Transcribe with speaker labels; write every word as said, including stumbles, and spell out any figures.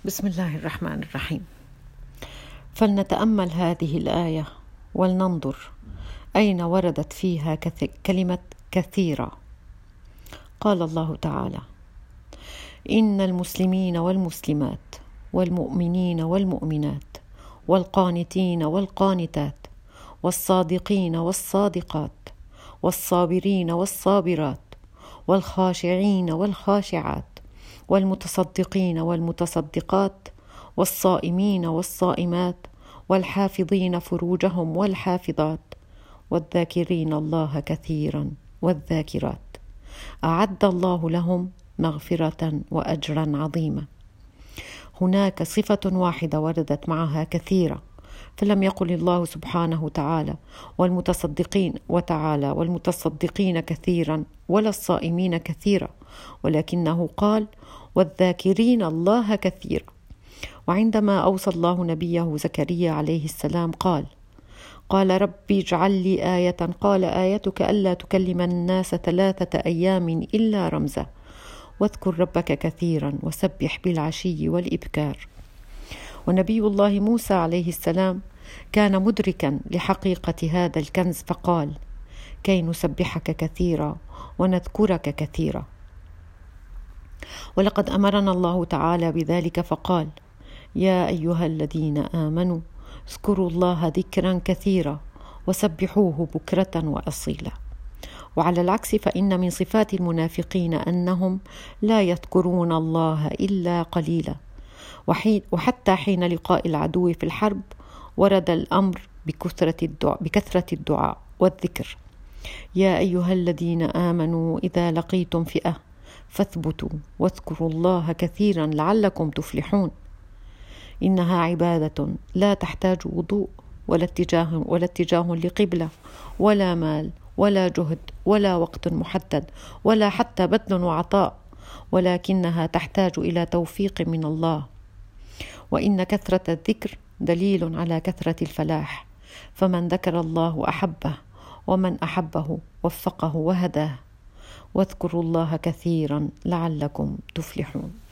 Speaker 1: بسم الله الرحمن الرحيم. فلنتأمل هذه الآية ولننظر أين وردت فيها كلمة كثيرة. قال الله تعالى: إن المسلمين والمسلمات والمؤمنين والمؤمنات والقانتين والقانتات والصادقين والصادقات والصابرين والصابرات والخاشعين والخاشعات والمتصدقين والمتصدقات والصائمين والصائمات والحافظين فروجهم والحافظات والذاكرين الله كثيرا والذاكرات أعد الله لهم مغفرة وأجرا عظيما. هناك صفة واحدة وردت معها كثيرة، فلم يقل الله سبحانه وتعالى والمتصدقين وتعالى والمتصدقين كثيرا ولا الصائمين كثيرا، ولكنه قال والذاكرين الله كثيرا. وعندما أوصى الله نبيه زكريا عليه السلام قال قال ربي اجعل لي آية، قال آيتك ألا تكلم الناس ثلاثة أيام إلا رمزا، واذكر ربك كثيرا وسبح بالعشي والإبكار. ونبي الله موسى عليه السلام كان مدركا لحقيقة هذا الكنز فقال كي نسبحك كثيرا ونذكرك كثيرا. ولقد أمرنا الله تعالى بذلك فقال يا أيها الذين آمنوا اذكروا الله ذكرا كثيرا وسبحوه بكرة وأصيلا. وعلى العكس فإن من صفات المنافقين أنهم لا يذكرون الله إلا قليلا، وحتى حين لقاء العدو في الحرب ورد الأمر بكثرة الدعاء, بكثرة الدعاء والذكر. يا أيها الذين آمنوا إذا لقيتم فئة فاثبتوا واذكروا الله كثيرا لعلكم تفلحون. إنها عبادة لا تحتاج وضوء ولا اتجاه, ولا اتجاه لقبلة ولا مال ولا جهد ولا وقت محدد ولا حتى بذل وعطاء، ولكنها تحتاج إلى توفيق من الله. وإن كثرة الذكر دليل على كثرة الفلاح، فمن ذكر الله أحبه ومن أحبه وفقه وهداه. واذكروا الله كثيرا لعلكم تفلحون.